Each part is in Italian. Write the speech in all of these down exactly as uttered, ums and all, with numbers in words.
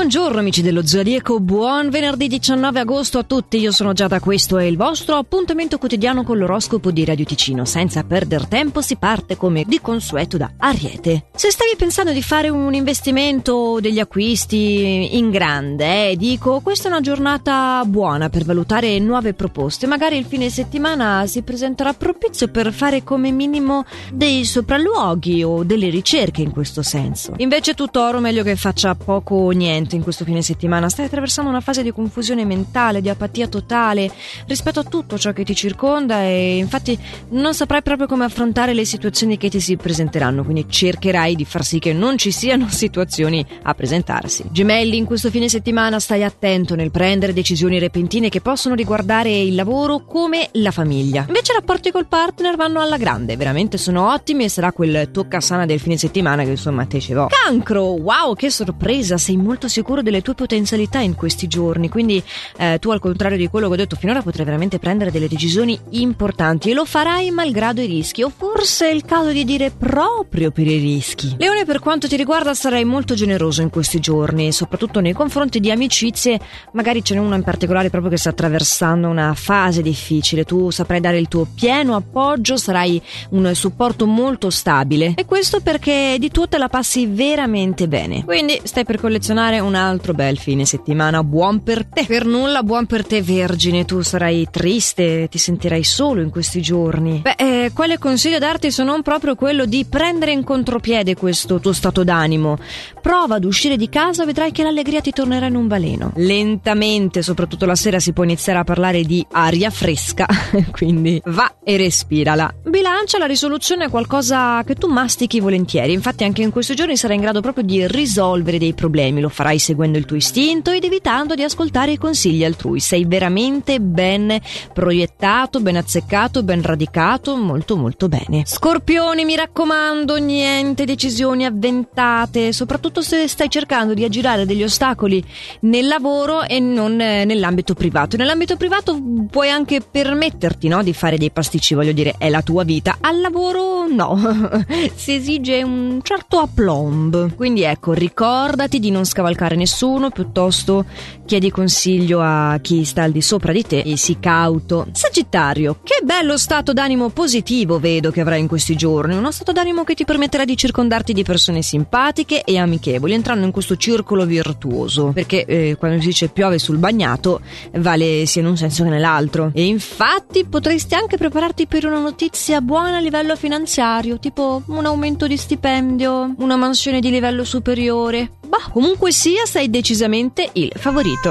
Buongiorno amici dello Zodiaco, buon venerdì diciannove agosto a tutti, io sono Giada, questo è il vostro appuntamento quotidiano con l'oroscopo di Radio Ticino. Senza perder tempo si parte come di consueto da Ariete. Se stavi pensando di fare un investimento o degli acquisti in grande, eh, dico, questa è una giornata buona per valutare nuove proposte. Magari il fine settimana si presenterà propizio per fare come minimo dei sopralluoghi o delle ricerche in questo senso. Invece tu Toro, meglio che faccia poco o niente in questo fine settimana. Stai attraversando una fase di confusione mentale, di apatia totale rispetto a tutto ciò che ti circonda e infatti non saprai proprio come affrontare le situazioni che ti si presenteranno, quindi cercherai di far sì che non ci siano situazioni a presentarsi. Gemelli, in questo fine settimana stai attento nel prendere decisioni repentine che possono riguardare il lavoro come la famiglia. Invece i rapporti col partner vanno alla grande, veramente sono ottimi e sarà quel toccasana del fine settimana che insomma te ce l'ho. Cancro, wow, che sorpresa, sei molto sicuro delle tue potenzialità in questi giorni, quindi eh, tu al contrario di quello che ho detto finora potrai veramente prendere delle decisioni importanti e lo farai malgrado i rischi, o forse è il caso di dire proprio per i rischi. Leone, per quanto ti riguarda sarai molto generoso in questi giorni, soprattutto nei confronti di amicizie, magari ce n'è una in particolare proprio che sta attraversando una fase difficile, tu saprai dare il tuo pieno appoggio, sarai un supporto molto stabile e questo perché di tuo te la passi veramente bene, quindi stai per collezionare un altro bel fine settimana, buon per te. Per nulla buon per te Vergine, tu sarai triste, ti sentirai solo in questi giorni. Beh, eh, quale consiglio darti se non proprio quello di prendere in contropiede questo tuo stato d'animo. Prova ad uscire di casa, vedrai che l'allegria ti tornerà in un baleno. Lentamente, soprattutto la sera, si può iniziare a parlare di aria fresca, quindi va e respirala. Bilancia, la risoluzione è qualcosa che tu mastichi volentieri, infatti anche in questi giorni sarai in grado proprio di risolvere dei problemi, lo farai seguendo il tuo istinto ed evitando di ascoltare i consigli altrui. Sei veramente ben proiettato, ben azzeccato, ben radicato, molto molto bene. Scorpioni, mi raccomando, niente decisioni avventate, soprattutto se stai cercando di aggirare degli ostacoli nel lavoro e non eh, nell'ambito privato. Nell'ambito privato puoi anche permetterti, no, di fare dei pasticci, voglio dire, è la tua vita. Al lavoro no, si esige un certo aplomb, quindi ecco, ricordati di non scavalcare nessuno, piuttosto chiedi consiglio a chi sta al di sopra di te e sii cauto. Sagittario, che bello stato d'animo positivo vedo che avrai in questi giorni, uno stato d'animo che ti permetterà di circondarti di persone simpatiche e amichevoli, entrando in questo circolo virtuoso, perché eh, quando si dice piove sul bagnato vale sia in un senso che nell'altro, e infatti potresti anche prepararti per una notizia buona a livello finanziario, tipo un aumento di stipendio, una mansione di livello superiore. Bah, comunque sia, sei decisamente il favorito.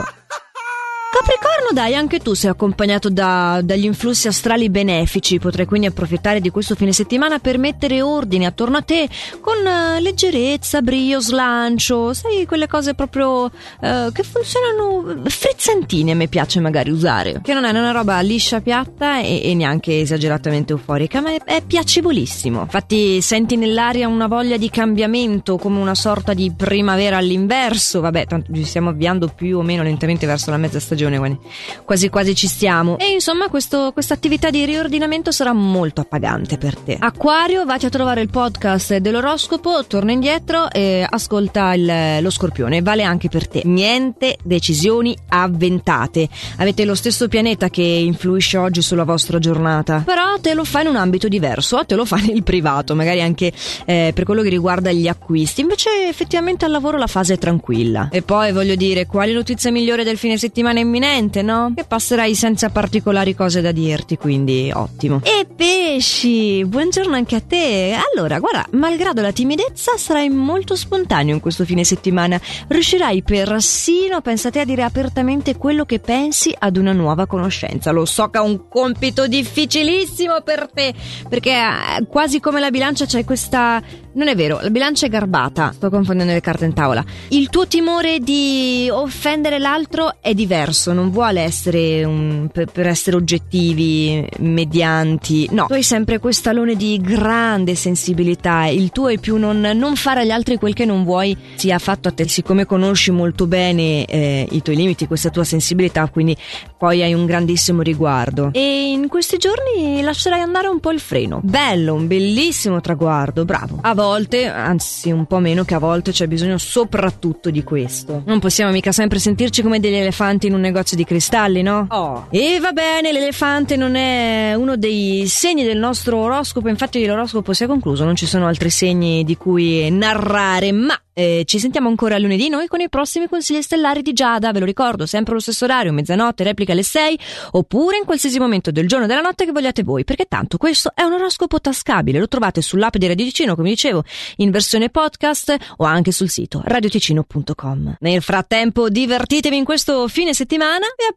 Capricorno, dai, anche tu sei accompagnato da, dagli influssi astrali benefici, potrai quindi approfittare di questo fine settimana per mettere ordine attorno a te con uh, leggerezza, brio, slancio, sai, quelle cose proprio uh, che funzionano frizzantine, a me piace magari usare, che non è una roba liscia, piatta e, e neanche esageratamente euforica, ma è, è piacevolissimo. Infatti senti nell'aria una voglia di cambiamento, come una sorta di primavera all'inverso, vabbè, tanto ci stiamo avviando più o meno lentamente verso la mezza stagione, quasi quasi ci stiamo, e insomma questa attività di riordinamento sarà molto appagante per te. Acquario, vatti a trovare il podcast dell'oroscopo, torna indietro e ascolta il, lo Scorpione, vale anche per te. Niente decisioni avventate, avete lo stesso pianeta che influisce oggi sulla vostra giornata, però te lo fa in un ambito diverso, te lo fa nel privato, magari anche eh, per quello che riguarda gli acquisti, invece effettivamente al lavoro la fase è tranquilla. E poi voglio dire, quale notizia migliore del fine settimana imminente, no? Che passerai senza particolari cose da dirti, quindi ottimo. E pesci, buongiorno anche a te. Allora, guarda, malgrado la timidezza sarai molto spontaneo in questo fine settimana, riuscirai persino, pensate, a dire apertamente quello che pensi ad una nuova conoscenza. Lo so che è un compito difficilissimo per te, perché eh, quasi come la bilancia c'è questa... Non è vero, la bilancia è garbata, sto confondendo le carte in tavola. Il tuo timore di offendere l'altro è diverso, non vuole essere un, per, per essere oggettivi, medianti, no. Tu hai sempre quest'alone di grande sensibilità, il tuo è più non, non fare agli altri quel che non vuoi sia fatto a te, siccome conosci molto bene eh, i tuoi limiti, questa tua sensibilità, quindi poi hai un grandissimo riguardo. E in questi giorni lascerai andare un po' il freno. Bello, un bellissimo traguardo, bravo. A volte, anzi un po' meno che a volte, c'è bisogno soprattutto di questo. Non possiamo mica sempre sentirci come degli elefanti in un negozio di cristalli, no? Oh. E va bene, l'elefante non è uno dei segni del nostro oroscopo, infatti l'oroscopo si è concluso, non ci sono altri segni di cui narrare, ma Eh, ci sentiamo ancora lunedì noi con i prossimi consigli stellari di Giada, ve lo ricordo, sempre allo stesso orario, mezzanotte, replica alle sei, oppure in qualsiasi momento del giorno e della notte che vogliate voi, perché tanto questo è un oroscopo tascabile, lo trovate sull'app di Radio Ticino, come dicevo, in versione podcast o anche sul sito radio ticino punto com. Nel frattempo divertitevi in questo fine settimana e